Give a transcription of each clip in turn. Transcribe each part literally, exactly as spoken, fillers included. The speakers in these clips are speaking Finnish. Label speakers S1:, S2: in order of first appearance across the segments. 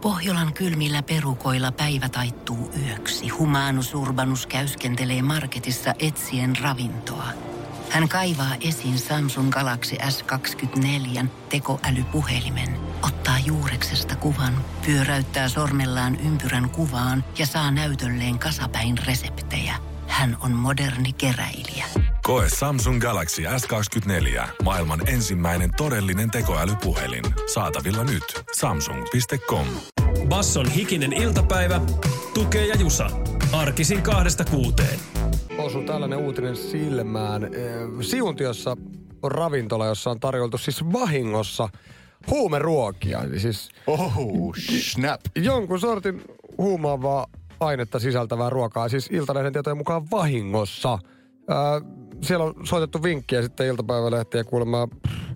S1: Pohjolan kylmillä perukoilla päivä taittuu yöksi. Humanus Urbanus käyskentelee marketissa etsien ravintoa. Hän kaivaa esiin Samsung Galaxy S kaksikymmentäneljä tekoälypuhelimen, ottaa juureksesta kuvan, pyöräyttää sormellaan ympyrän kuvaan ja saa näytölleen kasapäin reseptejä. Hän on moderni keräilijä.
S2: Koe Samsung Galaxy S kaksikymmentäneljä, maailman ensimmäinen todellinen tekoälypuhelin. Saatavilla nyt. samsung piste com.
S3: Basson hikinen iltapäivä, Tukee ja Jusa. Arkisin kahdesta kuuteen.
S4: Osui tällainen uutinen silmään. Siuntiossa on ravintola, jossa on tarjoltu siis vahingossa huumeruokia. Eli siis
S5: oh, snap.
S4: Jonkun sortin huumaavaa ainetta sisältävää ruokaa, siis Iltalehden tietojen mukaan vahingossa. Ää, siellä on soitettu vinkkiä sitten iltapäivälehtiä kuulemaan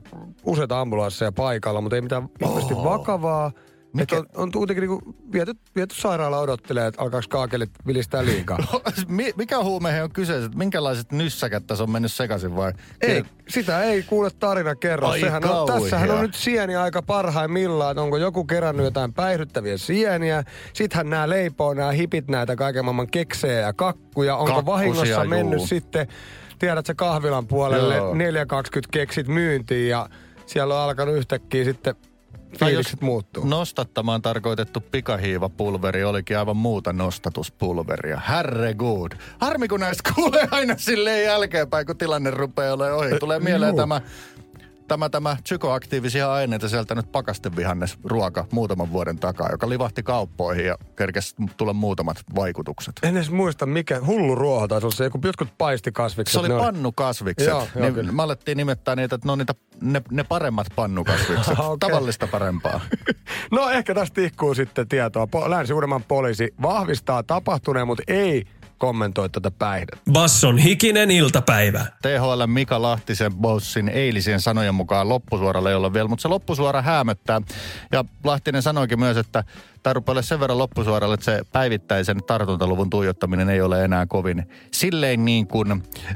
S4: useita ambulansseja paikalla, mutta ei mitään varmasti oh. vakavaa. Että on, on kuitenkin niinku viety, viety sairaala odottelee, että alkaako kaakelit vilistää liikaa.
S5: Mikä huume on kyseessä? Minkälaiset nyssäkät tässä on mennyt sekaisin vai?
S4: Ei, sitä ei kuule tarina kerro. Sehän on, tässähän on nyt sieni aika parhaimmillaan, että onko joku kerännyt jotain päihdyttäviä sieniä. Sittenhän nämä leipoo, nämä hipit näitä kaiken maailman keksejä ja kakkuja. Onko Kakkusia, vahingossa juu. mennyt sitten, tiedätkö, kahvilan puolelle neljä kaksikymmentä keksit myyntiin ja siellä on alkanut yhtäkkiä sitten fiilikset muuttuu.
S5: Nostattamaan tarkoitettu pikahiivapulveri olikin aivan muuta nostatuspulveria. Herregud. Harmi kun näistä kuulee aina silleen jälkeenpäin, kun tilanne rupeaa olemaan ohi. Tulee mieleen tämä, tämä, tämä psykoaktiivisia aineita sieltä nyt pakastevihannes ruoka muutaman vuoden takaa, joka livahti kauppoihin ja kerkesi tulla muutamat vaikutukset.
S4: En edes muista, mikä hullu ruoho taisi olla se, joku jotkut paistikasvikset.
S5: Se oli
S4: ne
S5: pannukasvikset.
S4: Joo, joo,
S5: niin, me alettiin nimittää niitä, että ne on niitä, ne, ne paremmat pannukasvikset. Okay. Tavallista parempaa.
S4: No ehkä tästä tihkuu sitten tietoa. Länsi-Uudenmaan poliisi vahvistaa tapahtuneen, mutta ei kommentoi tätä päihdettä.
S3: Basson hikinen iltapäivä.
S5: T H L Mika Lahtisen bossin eilisen sanojen mukaan loppusuoralla ei ole vielä, mutta se loppusuora häämöttää. Ja Lahtinen sanoikin myös, että tämä rupeaa olemaan sen verran loppusuoralla, että se päivittäisen tartuntaluvun tuijottaminen ei ole enää kovin silleen niin kuin ö,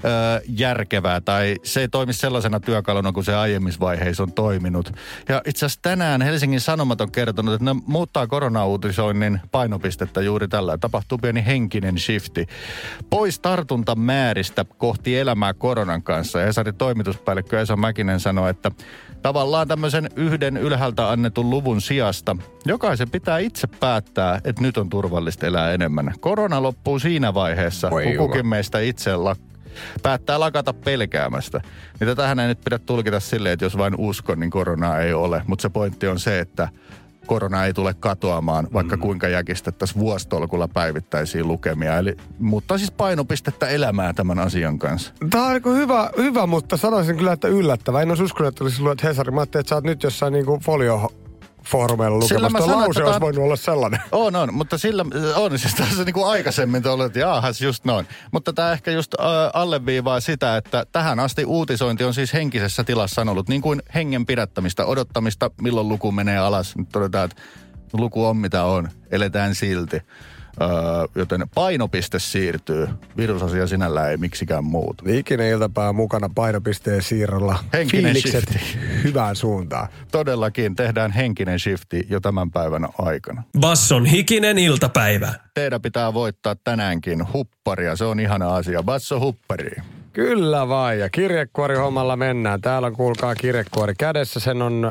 S5: järkevää. Tai se ei toimi sellaisena työkaluna kuin se aiemmissa vaiheissa on toiminut. Ja itse asiassa tänään Helsingin Sanomat on kertonut, että ne muuttaa koronauutisoinnin painopistettä juuri tällä. Tapahtuu pieni henkinen shifti. Pois tartuntamääristä kohti elämää koronan kanssa. Ja Hesarin toimituspäällikkö Esa Mäkinen sanoi, että tavallaan tämmöisen yhden ylhäältä annetun luvun sijasta jokaisen pitää itse päättää, että nyt on turvallista elää enemmän. Korona loppuu siinä vaiheessa, Voi kun kukin meistä itse la- päättää lakata pelkäämästä. Niin tätähän ei nyt pidä tulkita silleen, että jos vain uskon, niin koronaa ei ole. Mutta se pointti on se, että korona ei tule katoamaan, vaikka mm. kuinka jäkistettäisiin vuositolkulla päivittäisiä lukemia. Eli muuttaa siis painopistettä elämää tämän asian kanssa.
S4: Tämä on hyvä, hyvä, mutta sanoisin kyllä, että yllättävää. En olisi uskonut, että olisi luet Hesari. Mä ajattelin, että sä oot nyt jossain niin kuin folio foorumeilla lukemassa. Tuo lause olisi voinut olla sellainen.
S5: On, on, mutta sillä on siis tässä niin kuin aikaisemmin tuolla, että jaahas just noin. Mutta tämä ehkä just äh, alleviivaa sitä, että tähän asti uutisointi on siis henkisessä tilassa ollut niin kuin hengen pidättämistä, odottamista, milloin luku menee alas. Nyt todetaan, että luku on mitä on, eletään silti. Öö, joten painopiste siirtyy. Virusasia sinällään ei miksikään muutu.
S4: Ikinen iltapäivä mukana painopisteen siirrolla.
S5: Henkinen
S4: fiilikset
S5: shifti.
S4: Hyvään suuntaan.
S5: Todellakin tehdään henkinen shifti jo tämän päivän aikana.
S3: Basson hikinen iltapäivä.
S5: Teidän pitää voittaa tänäänkin hupparia. Se on ihana asia. Basso huppari.
S4: Kyllä vai. Ja kirjekuorihommalla mennään. Täällä on kuulkaa kirjekuori kädessä. Sen on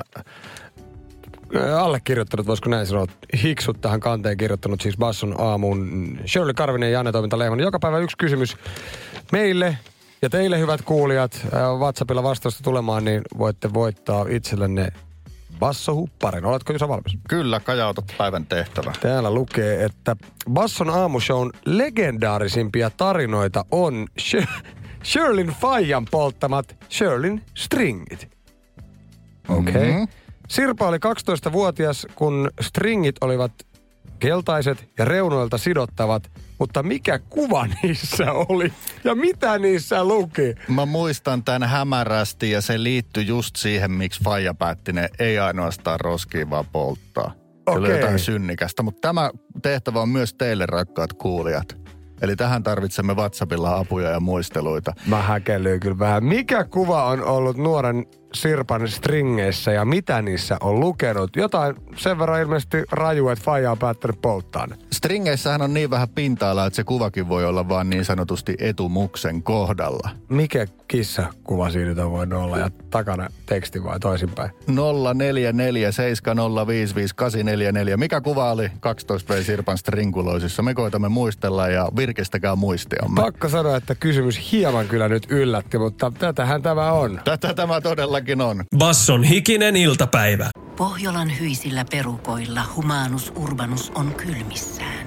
S4: allekirjoittanut, voisiko näin sanoa, hiksut tähän kanteen kirjoittanut siis Basson aamuun. Shirley Karvinen ja Janne Toiminta Lehmonen. Joka päivä yksi kysymys meille ja teille hyvät kuulijat. WhatsAppilla vastausta tulemaan, niin voitte voittaa itsellenne Basso-hupparin. Oletko Jusa valmis?
S5: Kyllä, kajautat päivän tehtävä.
S4: Täällä lukee, että Basson aamushown legendaarisimpia tarinoita on Shirleyn faijan polttamat Shirleyn stringit. Okei. Okay. Mm-hmm. Sirpa oli kaksitoistavuotias, kun stringit olivat keltaiset ja reunoilta sidottavat, mutta mikä kuva niissä oli ja mitä niissä luki?
S5: Mä muistan tämän hämärästi ja se liittyi just siihen, miksi faija päätti ne ei ainoastaan roskiin, vaan polttaa. Se oli jotain synnikästä, mutta tämä tehtävä on myös teille, rakkaat kuulijat. Eli tähän tarvitsemme WhatsAppilla apuja ja muisteluita.
S4: Mä häkellyin kyllä vähän. Mikä kuva on ollut nuoren Sirpan stringeissä ja mitä niissä on lukenut? Jotain sen verran ilmeisesti raju, että faija on päättänyt polttaa ne.
S5: Stringeissähän on niin vähän pinta-alaa, että se kuvakin voi olla vaan niin sanotusti etumuksen kohdalla.
S4: Mikä kissa kuva siinä voi olla ja takana teksti vai toisinpäin?
S5: nolla neljä neljä seitsemän nolla viisi viisi kahdeksan neljä neljä. Mikä kuva oli kaksitoista V Sirpan stringuloisissa? Me koitamme muistella ja virkistäkää muistiamme.
S4: Pakko sanoa, että kysymys hieman kyllä nyt yllätti, mutta tätähän tämä on.
S5: Tätä tämä todellakin on.
S3: Basson hikinen iltapäivä.
S1: Pohjolan hyisillä perukoilla Humanus Urbanus on kylmissään.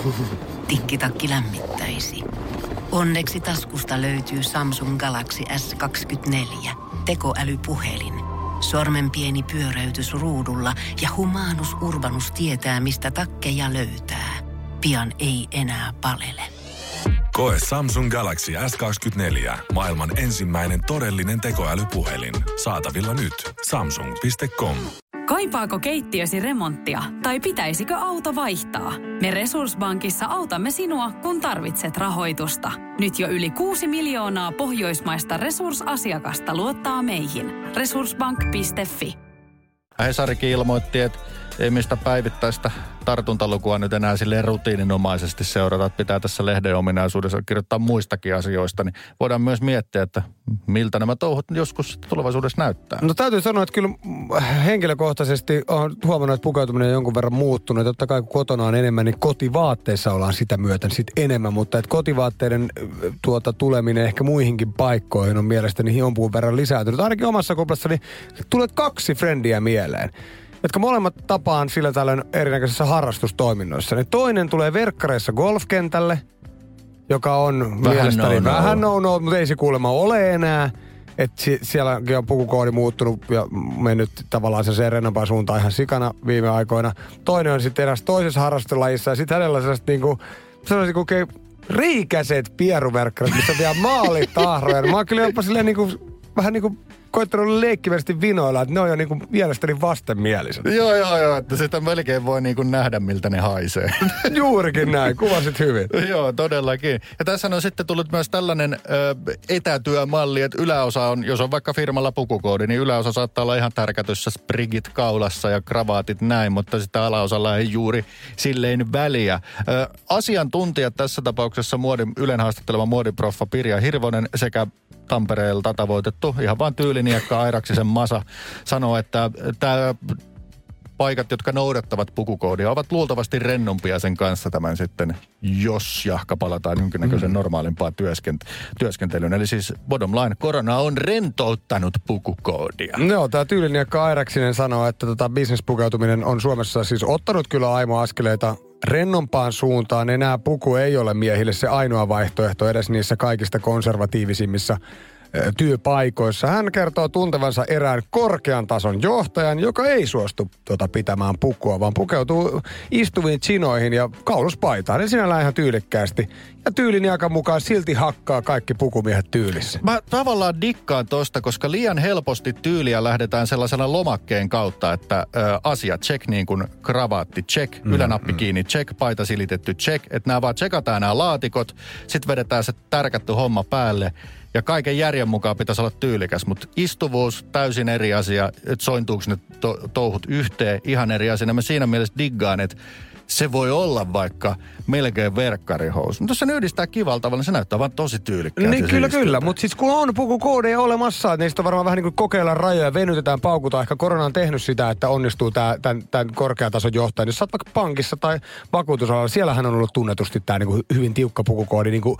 S1: Tikkitakki lämmittäisi. Onneksi taskusta löytyy Samsung Galaxy S kaksikymmentäneljä, tekoälypuhelin. Sormen pieni pyöräytys ruudulla ja Humanus Urbanus tietää, mistä takkeja löytää. Pian ei enää palele.
S2: Koe Samsung Galaxy S kaksikymmentäneljä, maailman ensimmäinen todellinen tekoälypuhelin. Saatavilla nyt. samsung piste com.
S6: Kaipaako keittiösi remonttia tai pitäisikö auto vaihtaa? Me Resurssbankissa autamme sinua, kun tarvitset rahoitusta. Nyt jo yli kuusi miljoonaa pohjoismaista resursasiakasta luottaa meihin. resurssbank piste fi.
S5: Hesarikin ilmoitti, että ei mistä päivittäistä tartuntalukua nyt enää silleen rutiininomaisesti seurata, että pitää tässä lehden ominaisuudessa kirjoittaa muistakin asioista, niin voidaan myös miettiä, että miltä nämä touhut joskus tulevaisuudessa näyttää.
S4: No täytyy sanoa, että kyllä henkilökohtaisesti olen huomannut, että pukeutuminen on jonkun verran muuttunut. Totta kai kun kotona on enemmän, niin kotivaatteissa ollaan sitä myöten sitten enemmän, mutta että kotivaatteiden tuota tuleminen ehkä muihinkin paikkoihin on mielestäni hionpuun verran lisääntynyt. Ainakin omassa kuplassani tulee kaksi frendiä mieleen, jotka molemmat tapaan sillä tällöin erinäköisissä harrastustoiminnoissa. Ne toinen tulee verkkareissa golfkentälle, joka on vähän mielestäni no, no. vähän no-no, mutta ei se kuulemma ole enää. Että si- sielläkin on pukukoodi muuttunut ja mennyt tavallaan se rennompaan suuntaan ihan sikana viime aikoina. Toinen on sitten eräs toisessa harrastelajissa ja sitten hänellä on sellaiset niinku, sellaiset kuin riikäiset pieruverkkarit, missä on vielä maalitahroja. Mä oon kyllä jopa silleen niinku, vähän niinku koittanut leikkivästi vinoilla, että ne on jo niinku mielestäni vastenmieliset.
S5: Joo, joo, joo, että sitä melkein voi niinku nähdä, miltä ne haisee.
S4: Juurikin näin, kuvasit hyvin.
S5: Joo, todellakin. Ja tässä on sitten tullut myös tällainen ö, etätyömalli, että yläosa on, jos on vaikka firmalla pukukoodi, niin yläosa saattaa olla ihan tärkätyssä sprigit kaulassa ja kravaatit näin, mutta sitä alaosalla ei juuri silleen väliä. Ö, asiantuntijat tässä tapauksessa muodin, Ylen haastattelema muodiproffa Pirja Hirvonen sekä Tampereelta tavoitettu ihan vaan tyyliniekka Airaksisen Masa sanoo, että tämä paikat, jotka noudattavat pukukoodia, ovat luultavasti rennompia sen kanssa tämän sitten, jos jahka palataan jonkinnäköisen mm. normaalimpaan työskent- työskentelyyn. Eli siis bottom line, korona on rentouttanut pukukoodia.
S4: Joo, tämä tyyliniekka Airaksinen sanoo, että tota businesspukeutuminen on Suomessa siis ottanut kyllä aimo askeleita rennompaan suuntaan. Enää puku ei ole miehille se ainoa vaihtoehto edes niissä kaikista konservatiivisimmissa työpaikoissa. Hän kertoo tuntevansa erään korkean tason johtajan, joka ei suostu tuota pitämään pukua, vaan pukeutuu istuviin chinoihin ja kauluspaitaan. Eli sinällään ihan tyylikkäästi. Ja tyyliniakan mukaan silti hakkaa kaikki pukumiehet tyylissä.
S5: Mä tavallaan dikkaan tosta, koska liian helposti tyyliä lähdetään sellaisena lomakkeen kautta, että ö, asia check, niin kuin kravaatti check, mm, ylänappi mm. kiinni check, paita silitetty check. Että nämä vaan checkataan nämä laatikot, sitten vedetään se tärkätty homma päälle. Ja kaiken järjen mukaan pitäisi olla tyylikäs, mutta istuvuus täysin eri asia, että sointuuko ne to- touhut yhteen, ihan eri asia. Mä siinä mielessä diggaan, että se voi olla vaikka melkein verkkarihousu. Mutta jos sen yhdistää kivalla tavalla, niin se näyttää vaan tosi tyylikkäältä.
S4: Niin kyllä, kyllä. Mutta siis kun on pukukoodeja olemassa, niin niistä varmaan vähän niin kuin kokeillaan rajoja, venytetään, paukutaan. Ehkä korona on tehnyt sitä, että onnistuu tämän, tämän korkeatason johtaja. Jos sä oot vaikka pankissa tai vakuutusalalla, siellähän on ollut tunnetusti tämä niin kuin hyvin tiukka pukukoodi, niin kuin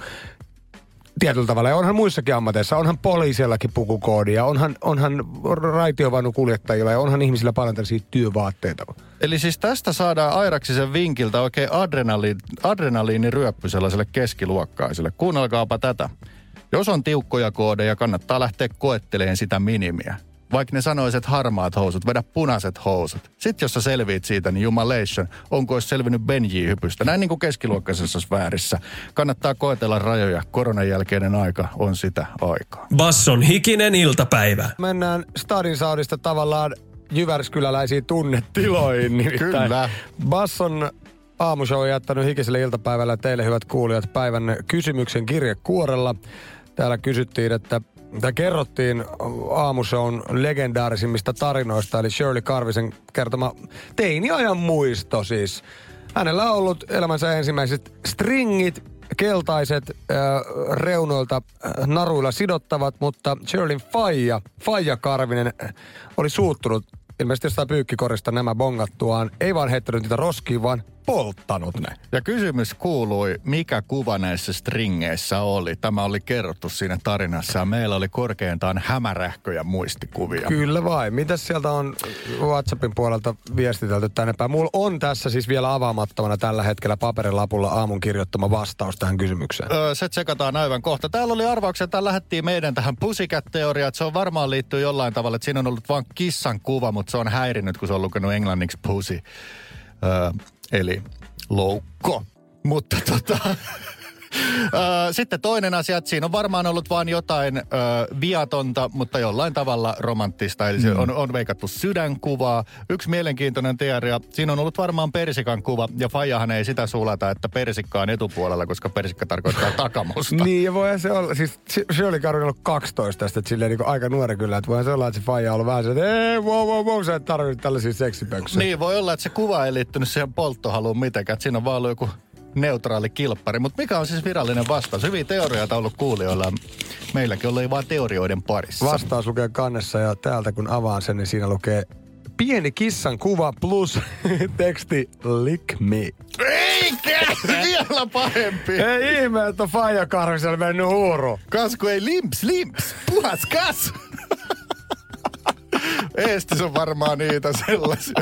S4: tietyllä tavalla. Ja onhan muissakin ammateissa, onhan poliisillakin pukukoodia, onhan, onhan raitiovaunukuljettajilla ja onhan ihmisillä paljon tällaisia työvaatteita.
S5: Eli siis tästä saadaan Airaksisen vinkiltä oikein adrenali, adrenaliiniryöppy sellaiselle keskiluokkaiselle. Kuunnelkaapa tätä. Jos on tiukkoja koodeja, kannattaa lähteä koetteleen sitä minimiä. Vaikka ne sanoiset harmaat housut, vedä punaiset housut. Sitten jos sä selviit siitä, niin jumalation, onko olisi selvinnyt Benji-hypystä. Näin niin kuin keskiluokkaisessa sfäärissä. Kannattaa koetella rajoja. Koronan jälkeinen aika on sitä aikaa.
S3: Basson hikinen iltapäivä.
S4: Mennään Stadin Saudista tavallaan jyvärskyläläisiin tunnetiloihin.
S5: Kyllä.
S4: Basson aamushow on jättänyt hikiselle iltapäivällä teille, hyvät kuulijat, päivän kysymyksen kirjekuorella. Täällä kysyttiin, että Tämä kerrottiin aamushown legendaarisimmista tarinoista, eli Shirley Karvisen kertoma teiniajan muisto siis. Hänellä on ollut elämänsä ensimmäiset stringit, keltaiset äh, reunoilta äh, naruilla sidottavat, mutta Shirleyn faija, faija Karvinen äh, oli suuttunut ilmeisesti jostain pyykkikorista nämä bongattuaan. Ei vaan heittänyt niitä roskiin, vaan polttanut ne.
S5: Ja kysymys kuului, mikä kuva näissä stringeissä oli. Tämä oli kerrottu siinä tarinassa ja meillä oli korkeintaan hämärähköjä muistikuvia.
S4: Kyllä vai. Mitäs sieltä on WhatsAppin puolelta viestitelty tänne päin? Mulla on tässä siis vielä avaamattomana tällä hetkellä paperilapulla aamun kirjoittama vastaus tähän kysymykseen.
S5: Öö, se tsekataan aivan kohta. Täällä oli arvauksia, että lähdettiin meidän tähän Pussycat-teoriaan. Se on varmaan liittyy jollain tavalla, että siinä on ollut vain kissan kuva, mutta se on häirinnyt, kun se on lukenut englanniksi pussy. Öö, eli loukko. Mutta tota... Öö, sitten toinen asia, että siinä on varmaan ollut vain jotain öö, viatonta, mutta jollain tavalla romanttista. Eli se on, on veikattu sydänkuvaa. Yksi mielenkiintoinen teoria. Siinä on ollut varmaan persikan kuva. Ja faijahan ei sitä sulata, että persikka on etupuolella, koska persikka tarkoittaa takamusta.
S4: Niin, ja voi se olla. Siis se oli Karvinen ollut kaksitoista tästä, että silleen niin aika nuori kyllä. Että voi se olla, että se faija on ollut vähän se, että ei, wow, wow, wow, sä et tarvitse tällaisia seksipöksyjä.
S5: Niin, voi olla, että se kuva ei liittynyt siihen polttohaluun mitenkään. Että siinä on vaan ollut joku neutraali kilppari. Mutta mikä on siis virallinen vastaus? Hyviä teorioita on ollut kuulijoilla. Meilläkin oli vaan teorioiden parissa.
S4: Vastaus lukee kannessa ja täältä kun avaan sen, niin siinä lukee pieni kissan kuva plus teksti lick me.
S5: Eikä! Vielä pahempi.
S4: Ei ihme, että on faija Karvisella mennyt huuru.
S5: Kasku ei limps, limps. Puhas kas. Eestis on varmaan niitä sellaisia.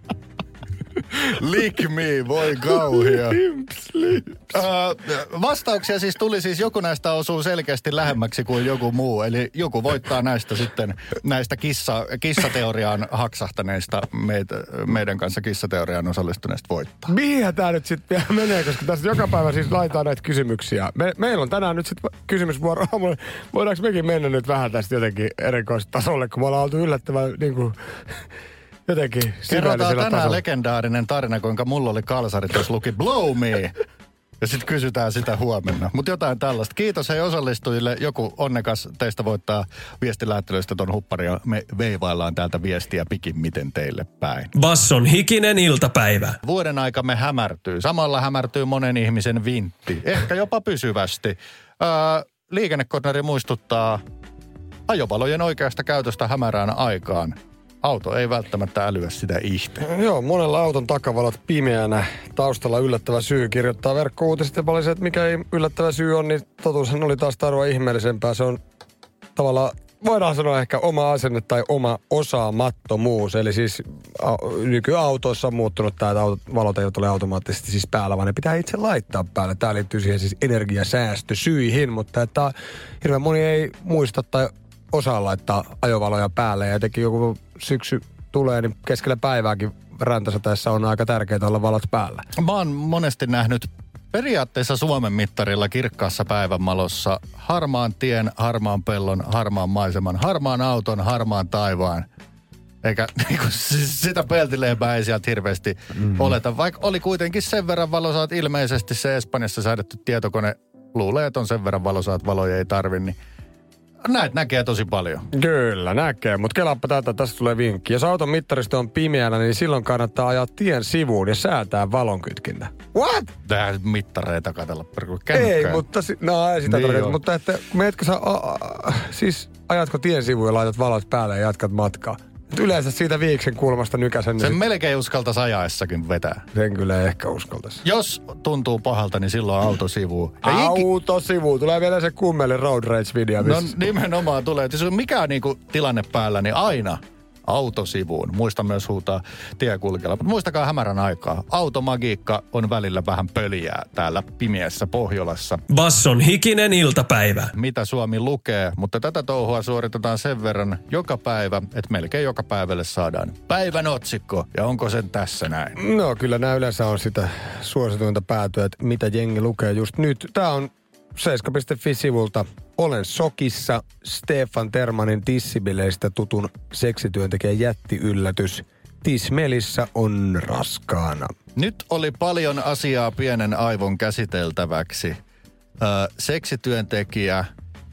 S5: Lick me, voi kauhia. Uh, vastauksia siis tuli siis, joku näistä osuu selkeästi lähemmäksi kuin joku muu. Eli joku voittaa näistä sitten, näistä kissa, kissateoriaan haksahtaneista, meitä, meidän kanssa kissateoriaan osallistuneista voittaa.
S4: Mihin tää nyt sitten vielä menee, koska tässä joka päivä siis laitetaan näitä kysymyksiä. Me, meillä on tänään nyt sitten kysymysvuoro. Voidaanko mekin mennä nyt vähän tästä jotenkin erikoistasolle, kun me ollaan oltu yllättävän niin kuin... Jotenkin
S5: kerrotaan tänään
S4: tasolla.
S5: Legendaarinen tarina, kuinka mulla oli kalsarit, jos luki Blow Me. Ja sitten kysytään sitä huomenna. Mutta jotain tällaista. Kiitos hei osallistujille. Joku onnekas teistä voittaa viestilähettelystä ton huppari ja me veivaillaan täältä viestiä pikimmiten teille päin.
S3: Basson hikinen iltapäivä.
S5: Vuoden aika me hämärtyy. Samalla hämärtyy monen ihmisen vintti. Ehkä jopa pysyvästi. Öö, liikennekorneri muistuttaa ajovalojen oikeasta käytöstä hämärään aikaan. Auto ei välttämättä älyä sitä ihte.
S4: Joo, monella auton takavalot pimeänä. Taustalla yllättävä syy kirjoittaa verkkouutiset ja paljon se, että mikä ei yllättävä syy on, niin totuushan oli taas tarua ihmeellisempää. Se on tavallaan, voidaan sanoa ehkä oma asenne tai oma osaamattomuus. Eli siis a, nykyautoissa on muuttunut tämä, että autot, valot eivät ole automaattisesti siis päällä, vaan ne pitää itse laittaa päälle. Tämä liittyy siihen siis energiasäästösyihin, mutta että hirveän moni ei muista tai osaa laittaa ajovaloja päälle ja jotenkin joku syksy tulee, niin keskellä päivääkin räntäsateessa on aika tärkeää olla valot päällä.
S5: Mä oon monesti nähnyt periaatteessa Suomen mittarilla kirkkaassa päivänvalossa harmaan tien, harmaan pellon, harmaan maiseman, harmaan auton, harmaan taivaan. Eikä niin kuin, sitä peltileipää ei sieltä hirveästi mm-hmm. oleta. Vaikka oli kuitenkin sen verran valosaat, ilmeisesti se Espanjassa säädetty tietokone luulee, että on sen verran valosaat, valoja ei tarvi, niin näet näkee tosi paljon.
S4: Kyllä, näkee. Mutta kelaappa tätä, tästä tulee vinkki. Jos auton mittaristo on pimeänä, niin silloin kannattaa ajaa tien sivuun ja säätää valonkytkintä. What?
S5: Tähän mittareita katsella perkele.
S4: Ei, mutta si- no ei sitä niin tarvitse. Mutta että meetkö sä, a, a, siis ajatko tien sivuun ja laitat valot päälle ja jatkat matkaa? Yleensä siitä Viiksen kulmasta nykäsen.
S5: Sen
S4: niin
S5: melkein uskaltaisi ajaessakin vetää.
S4: Sen kyllä ei ehkä uskaltaisi.
S5: Jos tuntuu pahalta, niin silloin auto sivuu.
S4: Auto sivuu. Tulee vielä se kummelin road rage-video.
S5: No nimenomaan tulee. Jos on mikään niinku tilanne päällä, niin aina auto sivuun. Muista myös huutaa tiekulkella. Mutta muistakaa hämärän aikaa. Automagiikka on välillä vähän pöljää täällä pimeässä Pohjolassa.
S3: Basson hikinen iltapäivä.
S5: Mitä Suomi lukee, mutta tätä touhua suoritetaan sen verran joka päivä, että melkein joka päivälle saadaan päivän otsikko. Ja onko sen tässä näin?
S4: No kyllä nämä yleensä on sitä suosituinta päätyä, että mitä jengi lukee just nyt. Tää on seiska piste fi-sivulta. Olen shokissa. Stefan Termanin tissibileistä tutun seksityöntekijän jättiyllätys. Tismelissä on raskaana.
S5: Nyt oli paljon asiaa pienen aivon käsiteltäväksi. Ö, seksityöntekijä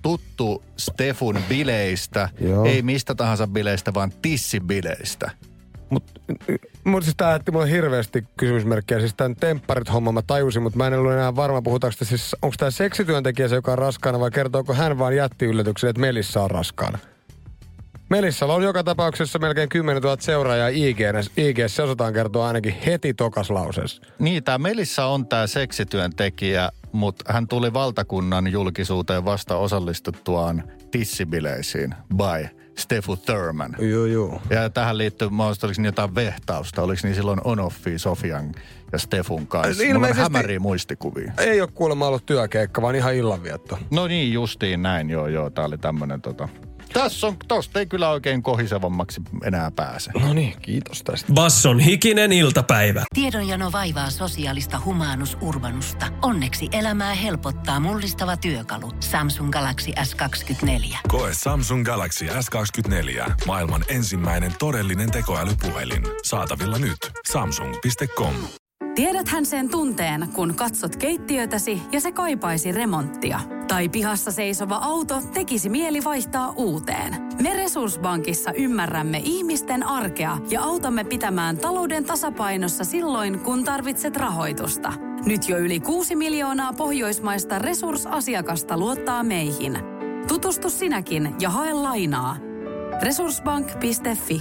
S5: tuttu Stefun bileistä.
S4: Joo.
S5: Ei mistä tahansa bileistä, vaan tissibileistä.
S4: Mutta mut siis tää jätti mulle hirveästi kysymysmerkkiä. Siis tämän tempparit-homman mä tajusin, mutta mä en ollut enää varma, puhutaanko siis, onko tää seksityöntekijä se, joka on raskaana, vai kertooko hän vaan jätti yllätyksen, että Melissa on raskaana? Melissalla on joka tapauksessa melkein kymmenen tuhatta seuraajaa I G:ssä. I G:ssä se osataan kertoa ainakin heti tokas lauseessa.
S5: Niin, tää Melissa on tää seksityöntekijä, mutta hän tuli valtakunnan julkisuuteen vasta osallistuttuaan tissibileisiin by Stefu Thurman.
S4: Joo, joo.
S5: Ja tähän liittyy, mä oliko niin jotain vehtausta, oliko niin silloin on-offi Sofian ja Stefun kanssa? Mulla on hämäriä muistikuvia.
S4: Ei ole kuulemma ollut työkeikka, vaan ihan illanvietto.
S5: No niin, justiin näin, joo joo, tää oli tämmönen tota... Tässä on, tosta ei kyllä oikein kohisevammaksi enää pääse.
S4: No niin, kiitos tästä.
S3: Basson hikinen iltapäivä.
S1: Tiedonjano vaivaa sosiaalista humanus urbanusta. Onneksi elämää helpottaa mullistava työkalu. Samsung Galaxy S kaksikymmentäneljä.
S2: Koe Samsung Galaxy S kaksikymmentäneljä. Maailman ensimmäinen todellinen tekoälypuhelin. Saatavilla nyt. samsung piste com.
S6: Tiedäthän sen tunteen, kun katsot keittiötäsi ja se kaipaisi remonttia. Tai pihassa seisova auto tekisi mieli vaihtaa uuteen. Me Resurssbankissa ymmärrämme ihmisten arkea ja autamme pitämään talouden tasapainossa silloin, kun tarvitset rahoitusta. Nyt jo yli kuusi miljoonaa pohjoismaista resursasiakasta luottaa meihin. Tutustu sinäkin ja hae lainaa. resurssbank piste fi.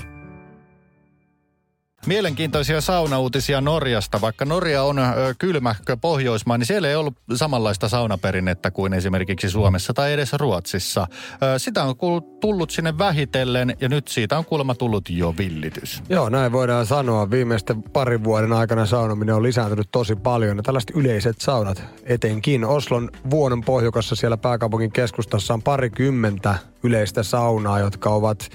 S5: Mielenkiintoisia saunauutisia Norjasta. Vaikka Norja on ö, kylmähkö Pohjoismaa, niin siellä ei ollut samanlaista saunaperinnettä kuin esimerkiksi Suomessa tai edes Ruotsissa. Ö, sitä on tullut sinne vähitellen ja nyt siitä on kuulemma tullut jo villitys.
S4: Joo, näin voidaan sanoa. Viimeisten parin vuoden aikana saunominen on lisääntynyt tosi paljon. Ja tällaiset yleiset saunat, etenkin Oslon Vuonon pohjukassa siellä pääkaupungin keskustassa on parikymmentä yleistä saunaa, jotka ovat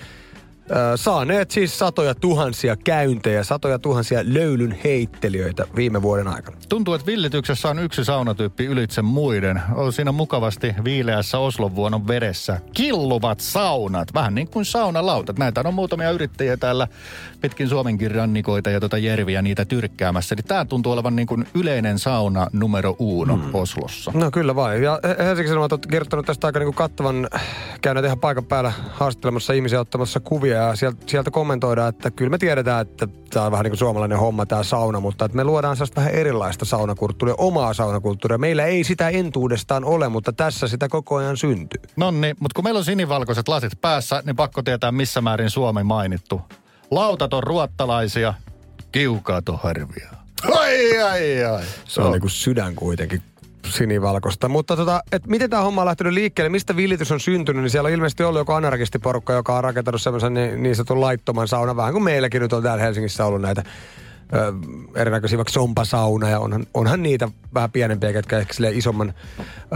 S4: saaneet siis satoja tuhansia käyntejä, satoja tuhansia löylyn heittelijöitä viime vuoden aikana.
S5: Tuntuu, että villityksessä on yksi saunatyyppi ylitse muiden. On siinä mukavasti viileässä Oslon Vuonon vedessä killuvat saunat, vähän niin kuin saunalautat. Näitä on muutamia yrittäjiä täällä pitkin Suomenkin rannikoita ja tuota järviä niitä tyrkkäämässä. Eli tämä tuntuu olevan niin kuin yleinen sauna numero uno hmm. Oslossa.
S4: No kyllä vain. Ja Helsingin Sanomat on kirjoittanut tästä aika niin kuin kattavan, käyneet ihan paikan päällä haastattelemassa ihmisiä ottamassa kuvia. Ja sieltä, sieltä kommentoidaan, että kyllä me tiedetään, että tämä on vähän niin kuin suomalainen homma tämä sauna, mutta että me luodaan sellaista vähän erilaista saunakulttuuria, omaa saunakulttuuria. Meillä ei sitä entuudestaan ole, mutta tässä sitä koko ajan syntyy.
S5: Nonni, mutta kun meillä on sinivalkoiset lasit päässä, niin pakko tietää missä määrin Suomi mainittu. Lautat on ruottalaisia, kiukaat on harvia. Ai, ai, ai.
S4: Se on oh. niin kuin sydän kuitenkin. Sinivalkoista. Mutta tota, et miten tämä homma on lähtenyt liikkeelle, mistä villitys on syntynyt, niin siellä on ilmeisesti ollut joku anarkistiporukka, joka on rakentanut semmoisen niin, niin sanotun laittoman saunan, vähän kuin meilläkin nyt on täällä Helsingissä ollut näitä ö, erinäköisiä vaikka sompasauna, ja onhan, onhan niitä vähän pienempiä, ketkä ehkä silleen isomman ö,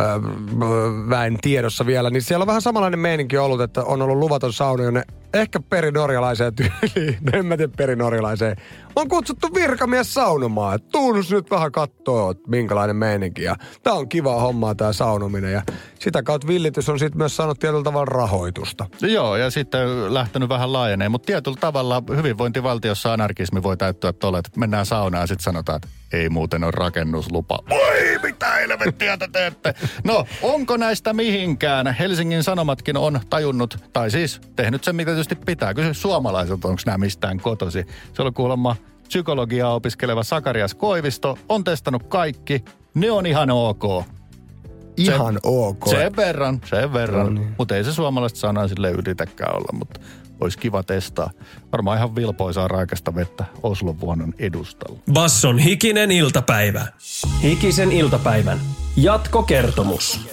S4: väen tiedossa vielä, niin siellä on vähän samanlainen meininki ollut, että on ollut luvaton sauna, jonne ehkä perinorjalaiseen tyyliin, no en mä tiedä perinorjalaiseen, on kutsuttu virkamies saunomaan, että tuunus nyt vähän kattoo, minkälainen meininki. Ja tää on kivaa hommaa tää saunominen ja sitä kautta villitys on sitten myös saanut tietyllä tavalla rahoitusta.
S5: Joo, ja sitten lähtenyt vähän laajeneen, mutta tietyllä tavalla hyvinvointivaltiossa anarkismi voi täyttyä tuolla, että mennään saunaan ja sitten sanotaan, että ei muuten ole rakennuslupa. Oi, mitä helvettiä te teette? No, onko näistä mihinkään? Helsingin Sanomatkin on tajunnut, tai siis tehnyt sen, mitä tietysti pitää. Kysy suomalaiselta, onko nämä mistään kotosi. Se oli kuulemma psykologiaa opiskeleva Sakarias Koivisto, on testannut kaikki. Ne on ihan ok.
S4: Ihan
S5: se,
S4: ok.
S5: Sen verran, sen verran. No niin. Mutta ei se suomalaista sanaa sille yritäkään olla, mutta olisi kiva testaa. Varmaan ihan vilpoisaa raikasta vettä Oslon Vuonon edustalla.
S3: Basson hikinen iltapäivä. Hikisen iltapäivän jatkokertomus.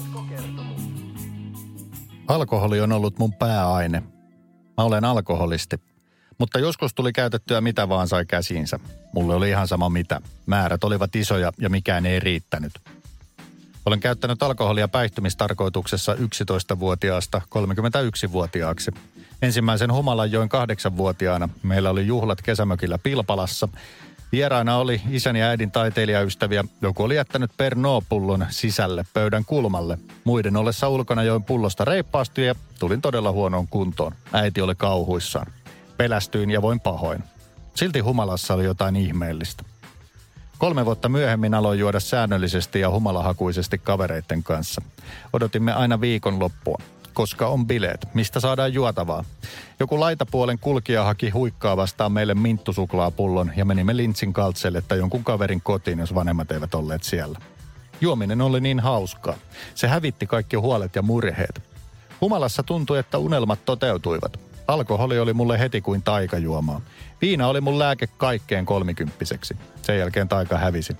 S5: Alkoholi on ollut mun pääaine. Mä olen alkoholisti. Mutta joskus tuli käytettyä mitä vaan sai käsiinsä. Mulle oli ihan sama mitä. Määrät olivat isoja ja mikään ei riittänyt. Olen käyttänyt alkoholia päihtymistarkoituksessa yksitoistavuotiaasta kolmekymmentäyksivuotiaaksi. Ensimmäisen humalan join kahdeksanvuotiaana. Meillä oli juhlat kesämökillä Pilpalassa. Vieraana oli isän ja äidin taiteilijaystäviä. Joku oli jättänyt Pernod-pullon sisälle pöydän kulmalle. Muiden ollessa ulkona join pullosta reippaasti ja tulin todella huonoon kuntoon. Äiti oli kauhuissaan. Pelästyin ja voin pahoin. Silti humalassa oli jotain ihmeellistä. Kolme vuotta myöhemmin aloin juoda säännöllisesti ja humalahakuisesti kavereitten kanssa. Odotimme aina viikon loppua. Koska on bileet, mistä saadaan juotavaa. Joku laitapuolen kulkija haki huikkaa vastaan meille minttusuklaapullon ja menimme Lintsin kaltselle tai jonkun kaverin kotiin, jos vanhemmat eivät olleet siellä. Juominen oli niin hauskaa. Se hävitti kaikki huolet ja murheet. Humalassa tuntui, että unelmat toteutuivat. Alkoholi oli mulle heti kuin taikajuomaa. Viina oli mun lääke kaikkeen kolmikymppiseksi. Sen jälkeen taika hävisi.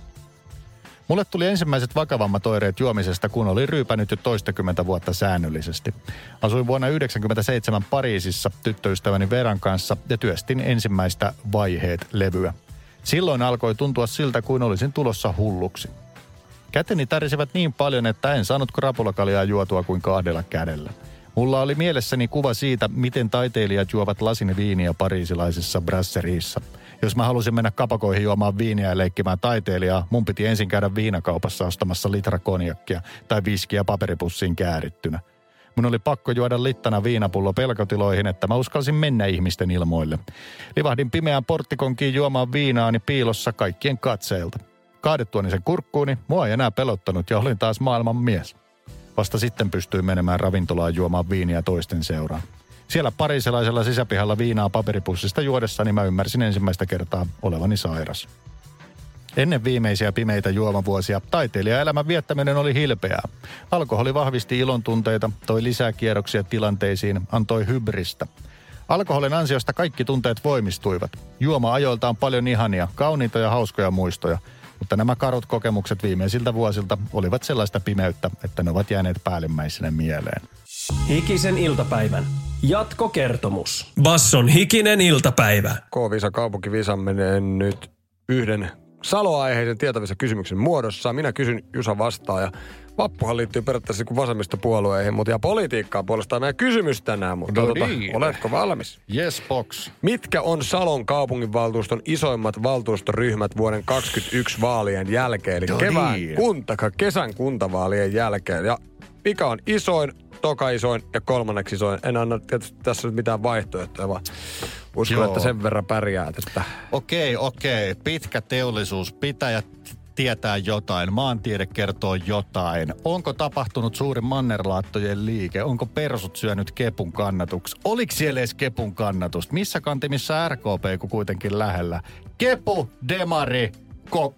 S5: Mulle tuli ensimmäiset vakavammat oireet juomisesta, kun olin ryypänyt jo toistakymmentä vuotta säännöllisesti. Asuin vuonna yhdeksänkymmentäseitsemän Pariisissa tyttöystäväni Veran kanssa ja työstin ensimmäistä Vaiheet-levyä. Silloin alkoi tuntua siltä, kuin olisin tulossa hulluksi. Käteni tärisivät niin paljon, että en saanut krapulakaljaa juotua kuin kahdella kädellä. Mulla oli mielessäni kuva siitä, miten taiteilijat juovat lasin viiniä pariisilaisessa brasseriissa. Jos mä halusin mennä kapakoihin juomaan viiniä ja leikkimään taiteilijaa, mun piti ensin käydä viinakaupassa ostamassa litra konjakkia tai viskiä paperipussiin käärittynä. Mun oli pakko juoda littana viinapullo pelkotiloihin, että mä uskalsin mennä ihmisten ilmoille. Livahdin pimeään porttikonkiin juomaan viinaani piilossa kaikkien katseilta. Kaadettuani sen kurkkuuni, mua ei enää pelottanut ja olin taas maailman mies. Vasta sitten pystyin menemään ravintolaan juomaan viiniä toisten seuraan. Siellä pariisilaisella sisäpihalla viinaa paperipussista juodessani mä ymmärsin ensimmäistä kertaa olevani sairas. Ennen viimeisiä pimeitä juomavuosia taiteilijaelämän viettäminen oli hilpeää. Alkoholi vahvisti ilon tunteita, toi lisää kierroksia tilanteisiin, antoi hybristä. Alkoholin ansiosta kaikki tunteet voimistuivat. Juoma ajoiltaan paljon ihania, kauniita ja hauskoja muistoja. Mutta nämä karut kokemukset viimeisiltä vuosilta olivat sellaista pimeyttä, että ne ovat jääneet päällimmäisenä mieleen.
S3: Hikisen iltapäivän jatkokertomus. Basson hikinen iltapäivä.
S4: K-Visa kaupunkivisa menee nyt yhden Salo-aiheisen tietävissä kysymyksen muodossa. Minä kysyn, Jusa vastaa ja Vappuhan liittyy periaatteessa kuin vasemmistopuolueihin, mutta ja politiikkaan puolestaan meidän kysymys tänään. Mutta
S5: no
S4: tota,
S5: niin.
S4: Oletko valmis?
S5: Yes, box.
S4: Mitkä on Salon kaupunginvaltuuston isoimmat valtuustoryhmät vuoden kaksikymmentäyksi vaalien jälkeen? Eli
S5: no
S4: kevään
S5: niin.
S4: kunta, kesän kuntavaalien jälkeen. Ja mikä on isoin, toka isoin ja kolmanneksi isoin? En anna tietysti tässä nyt mitään vaihtoehtoja, vaan uskon,
S5: Joo.
S4: että sen verran pärjäät. Että...
S5: Okei, okei. Pitkä teollisuus, pitäjät tietää jotain, maantiede kertoo jotain. Onko tapahtunut suuri mannerlaattojen liike? Onko persut syönyt Kepun kannatuksi? Oliko siellä edes Kepun kannatusta? Missä kantimissa R K P, kun kuitenkin lähellä? Kepu, Demari, Kok.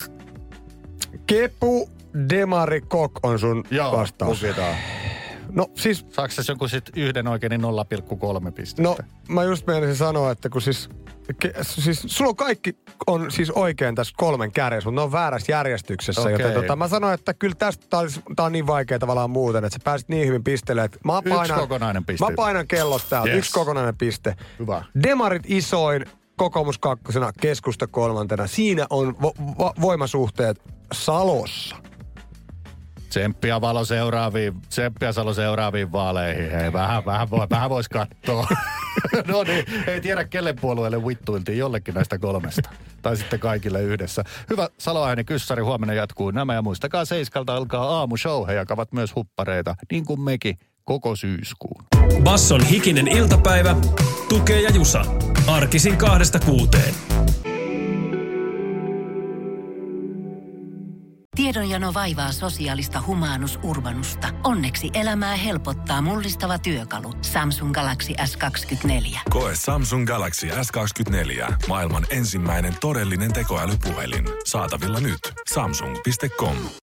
S4: Kepu, Demari, Kok on sun
S5: Joo,
S4: vastaus.
S5: lukitaan.
S4: No siis...
S5: Saako se jonkun sit yhden oikein niin nolla pilkku kolme pistettä?
S4: No mä just meinasin sanoa, että kun siis... Ke, siis sulla on kaikki on siis oikein tässä kolmen kärjessä, mutta ne on väärässä järjestyksessä.
S5: Okei.
S4: Joten tota, mä sanoin, että kyllä tästä tää, olisi, tää on niin vaikea tavallaan muuten, että sä pääsit niin hyvin pisteelle. Että mä painan,
S5: Yksi kokonainen piste.
S4: Mä painan kellosta täältä.
S5: Yes.
S4: Yksi kokonainen piste.
S5: Hyvä.
S4: Demarit isoin, kokoomus kakkosena, keskusta kolmantena. Siinä on vo- vo- voimasuhteet Salossa.
S5: Tsemppiä Valo seuraaviin, tsemppiä Salo seuraaviin vaaleihin. Hei, vähän, vähän, voi, vähän vois katsoa. No niin, ei tiedä kelle puolueelle vittuiltiin, jollekin näistä kolmesta. Tai sitten kaikille yhdessä. Hyvä Saloääni Kyssari, huomenna jatkuu nämä ja muistakaa seiskalta alkaa aamushow. He jakavat myös huppareita, niin kuin mekin, koko syyskuun.
S3: Basson hikinen iltapäivä, Tukee ja Jusa. Arkisin kahdesta kuuteen.
S1: Tiedonjano vaivaa sosiaalista humanus urbanusta. Onneksi elämää helpottaa mullistava työkalu. Samsung Galaxy S kaksikymmentäneljä.
S2: Koe Samsung Galaxy S kaksikymmentäneljä. Maailman ensimmäinen todellinen tekoälypuhelin. Saatavilla nyt. Samsung piste com.